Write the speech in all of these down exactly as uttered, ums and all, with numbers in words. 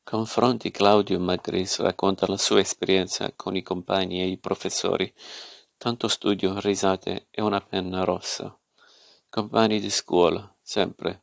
Confronti Claudio Magris racconta la sua esperienza con i compagni e i professori. Tanto studio, risate e una penna rossa. Compagni di scuola, sempre.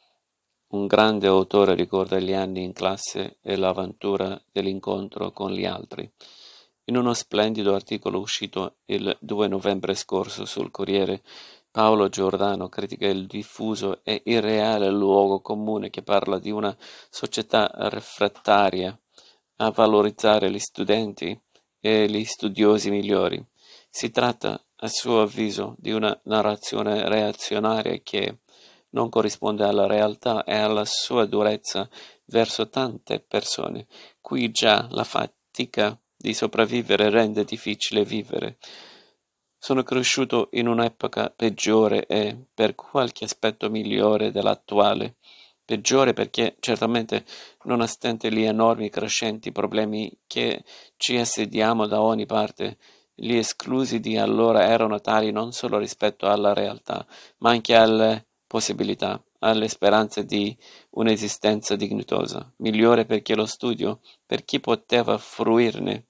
Un grande autore ricorda gli anni in classe e l'avventura dell'incontro con gli altri. In uno splendido articolo uscito il due novembre scorso sul Corriere, Paolo Giordano critica il diffuso e irreale luogo comune che parla di una società refrattaria a valorizzare gli studenti e gli studiosi migliori. Si tratta, a suo avviso, di una narrazione reazionaria che non corrisponde alla realtà e alla sua durezza verso tante persone, cui già la fatica di sopravvivere rende difficile vivere. Sono cresciuto in un'epoca peggiore e, per qualche aspetto, migliore dell'attuale. Peggiore perché, certamente, nonostante gli enormi crescenti problemi che ci assediamo da ogni parte, gli esclusi di allora erano tali non solo rispetto alla realtà, ma anche alle possibilità, alle speranze di un'esistenza dignitosa, migliore perché lo studio, per chi poteva fruirne,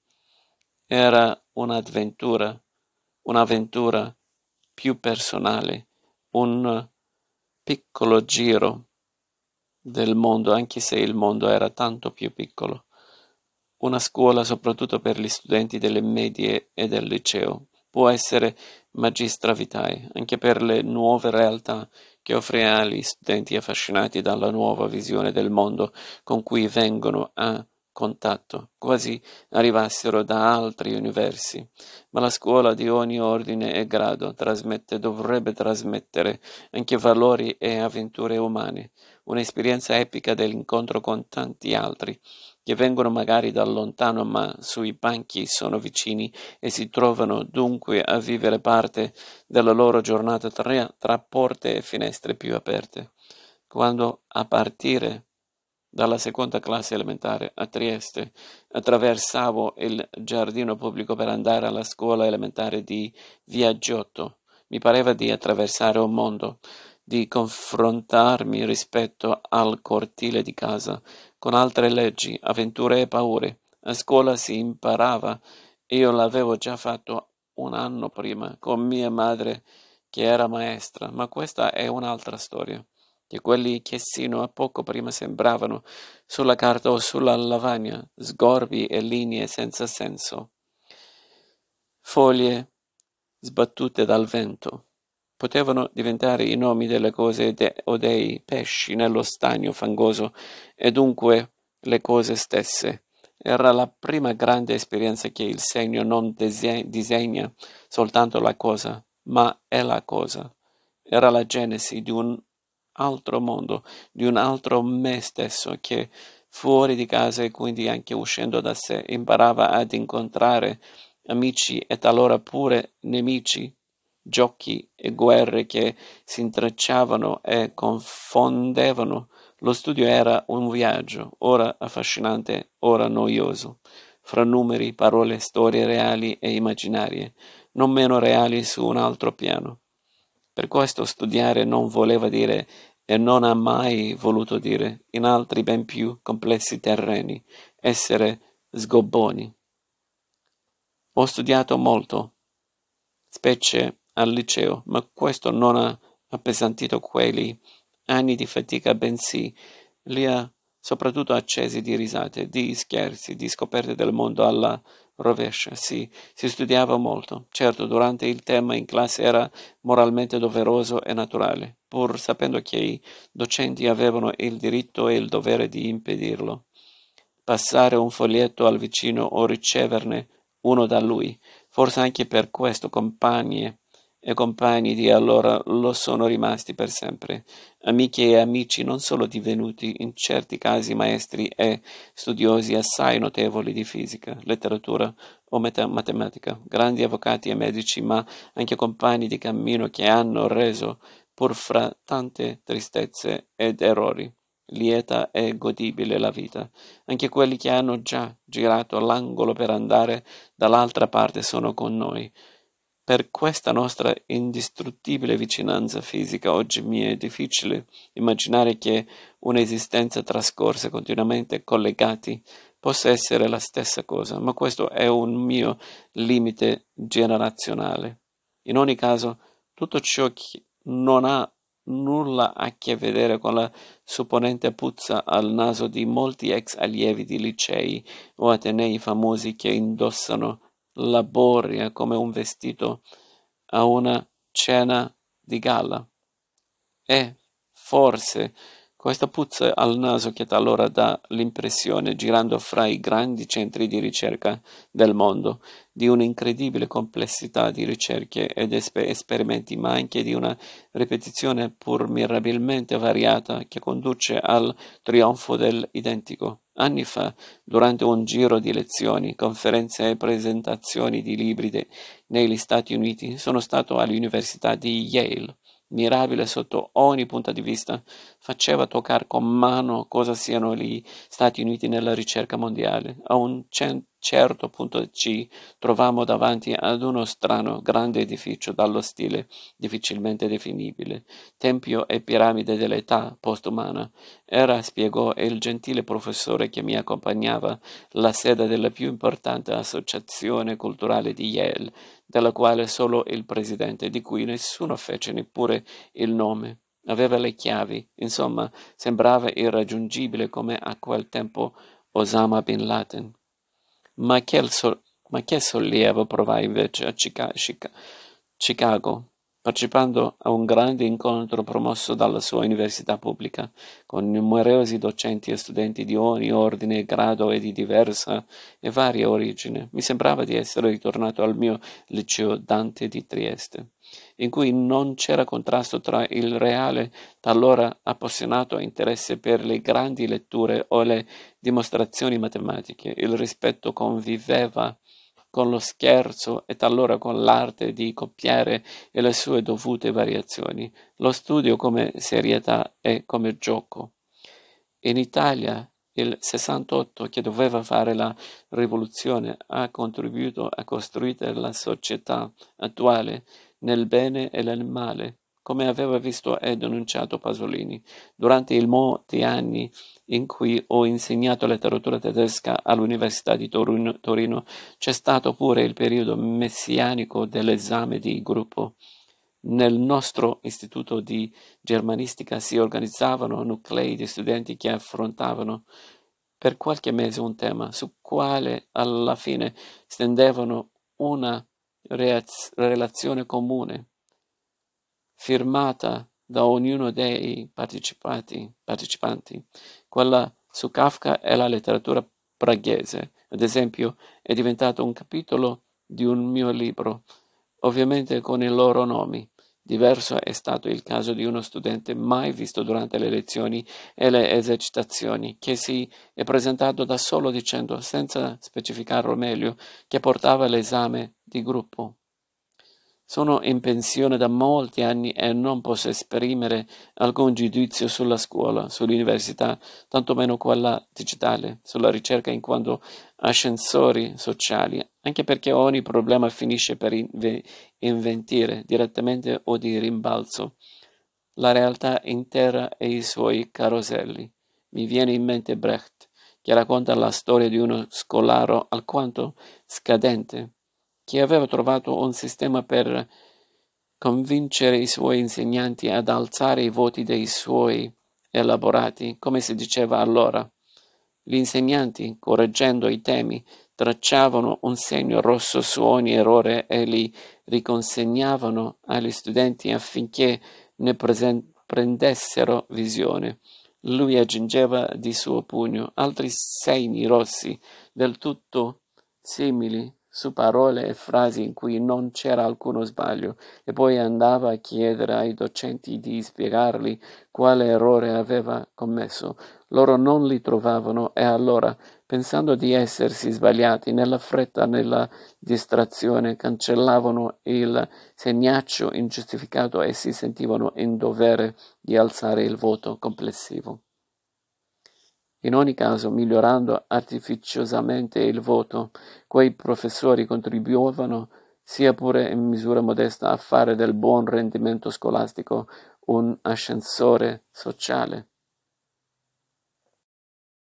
era un'avventura, un'avventura più personale, un piccolo giro del mondo, anche se il mondo era tanto più piccolo. Una scuola, soprattutto per gli studenti delle medie e del liceo, può essere magistra vitae, anche per le nuove realtà che offre agli studenti affascinati dalla nuova visione del mondo con cui vengono a contatto, quasi arrivassero da altri universi. Ma la scuola di ogni ordine e grado trasmette, dovrebbe trasmettere anche valori e avventure umane, un'esperienza epica dell'incontro con tanti altri, che vengono magari da lontano ma sui banchi sono vicini e si trovano dunque a vivere parte della loro giornata tra, tra porte e finestre più aperte. Quando, a partire dalla seconda classe elementare a Trieste, attraversavo il giardino pubblico per andare alla scuola elementare di Via Giotto, mi pareva di attraversare un mondo, di confrontarmi rispetto al cortile di casa con altre leggi, avventure e paure. A scuola si imparava, e io l'avevo già fatto un anno prima con mia madre che era maestra, ma questa è un'altra storia. Che quelli che sino a poco prima sembravano, sulla carta o sulla lavagna, sgorbi e linee senza senso, foglie sbattute dal vento, potevano diventare i nomi delle cose de- o dei pesci nello stagno fangoso e dunque le cose stesse. Era la prima grande esperienza che il segno non dise- disegna soltanto la cosa, ma è la cosa. Era la genesi di un altro mondo, di un altro me stesso che fuori di casa e quindi anche uscendo da sé imparava ad incontrare amici e talora pure nemici, giochi e guerre che si intrecciavano e confondevano. Lo studio era un viaggio, ora affascinante, ora noioso, fra numeri, parole, storie reali e immaginarie, non meno reali su un altro piano. Per questo studiare non voleva dire e non ha mai voluto dire, in altri ben più complessi terreni, essere sgobboni. Ho studiato molto, specie al liceo, ma questo non ha appesantito quegli anni di fatica, bensì li ha soprattutto accesi di risate, di scherzi, di scoperte del mondo alla rovescia. Sì, si studiava molto. Certo, durante il tema in classe era moralmente doveroso e naturale, pur sapendo che i docenti avevano il diritto e il dovere di impedirlo. Passare un foglietto al vicino o riceverne uno da lui. Forse anche per questo compagni e compagni di allora lo sono rimasti per sempre, amiche e amici non solo divenuti in certi casi maestri e studiosi assai notevoli di fisica, letteratura o meta- matematica, grandi avvocati e medici, ma anche compagni di cammino che hanno reso, pur fra tante tristezze ed errori, lieta e godibile la vita. Anche quelli che hanno già girato l'angolo per andare dall'altra parte sono con noi. Per questa nostra indistruttibile vicinanza fisica oggi mi è difficile immaginare che un'esistenza trascorsa continuamente collegati possa essere la stessa cosa, ma questo è un mio limite generazionale. In ogni caso, tutto ciò che non ha nulla a che vedere con la supponente puzza al naso di molti ex allievi di licei o atenei famosi che indossano la boria come un vestito a una cena di gala. E forse questa puzza al naso che talora dà l'impressione, girando fra i grandi centri di ricerca del mondo, di un'incredibile complessità di ricerche ed esper- esperimenti, ma anche di una ripetizione pur mirabilmente variata che conduce al trionfo dell'identico. Anni fa, durante un giro di lezioni, conferenze e presentazioni di libri de- negli Stati Uniti, sono stato all'Università di Yale. Mirabile sotto ogni punto di vista, faceva toccare con mano cosa siano gli Stati Uniti nella ricerca mondiale. A un cen- certo punto ci trovammo davanti ad uno strano, grande edificio dallo stile difficilmente definibile, tempio e piramide dell'età postumana. Era, spiegò il gentile professore che mi accompagnava, la sede della più importante associazione culturale di Yale, della quale solo il presidente, di cui nessuno fece neppure il nome, aveva le chiavi. Insomma, sembrava irraggiungibile come a quel tempo Osama Bin Laden. Ma che, so- ma che sollievo provai invece a Chica- Chica- Chicago, partecipando a un grande incontro promosso dalla sua università pubblica, con numerosi docenti e studenti di ogni ordine e grado e di diversa e varia origine. Mi sembrava di essere ritornato al mio liceo Dante di Trieste, in cui non c'era contrasto tra il reale, talora appassionato interesse per le grandi letture o le dimostrazioni matematiche. Il rispetto conviveva con lo scherzo e talora con l'arte di copiare e le sue dovute variazioni, lo studio come serietà e come gioco. In Italia il sessantotto, che doveva fare la rivoluzione, ha contribuito a costruire la società attuale nel bene e nel male, come aveva visto e denunciato Pasolini. Durante i molti anni in cui ho insegnato letteratura tedesca all'Università di Torino, Torino, c'è stato pure il periodo messianico dell'esame di gruppo. Nel nostro istituto di germanistica si organizzavano nuclei di studenti che affrontavano per qualche mese un tema su quale alla fine stendevano una reaz- relazione comune, firmata da ognuno dei partecipanti, partecipanti. Quella su Kafka e la letteratura praghese, ad esempio, è diventato un capitolo di un mio libro, ovviamente con i loro nomi. Diverso è stato il caso di uno studente mai visto durante le lezioni e le esercitazioni, che si è presentato da solo dicendo, senza specificarlo meglio, che portava l'esame di gruppo. Sono in pensione da molti anni e non posso esprimere alcun giudizio sulla scuola, sull'università, tantomeno quella digitale, sulla ricerca in quanto ascensori sociali, anche perché ogni problema finisce per inve- inventire, direttamente o di rimbalzo, la realtà intera e i suoi caroselli. Mi viene in mente Brecht, che racconta la storia di uno scolaro alquanto scadente, che aveva trovato un sistema per convincere i suoi insegnanti ad alzare i voti dei suoi elaborati, come si diceva allora. Gli insegnanti, correggendo i temi, tracciavano un segno rosso su ogni errore e li riconsegnavano agli studenti affinché ne presen- prendessero visione. Lui aggiungeva di suo pugno altri segni rossi, del tutto simili, su parole e frasi in cui non c'era alcuno sbaglio, e poi andava a chiedere ai docenti di spiegargli quale errore aveva commesso. Loro non li trovavano e allora, pensando di essersi sbagliati, nella fretta, nella distrazione, cancellavano il segnaccio ingiustificato e si sentivano in dovere di alzare il voto complessivo. In ogni caso, migliorando artificiosamente il voto, quei professori contribuivano sia pure in misura modesta, a fare del buon rendimento scolastico un ascensore sociale.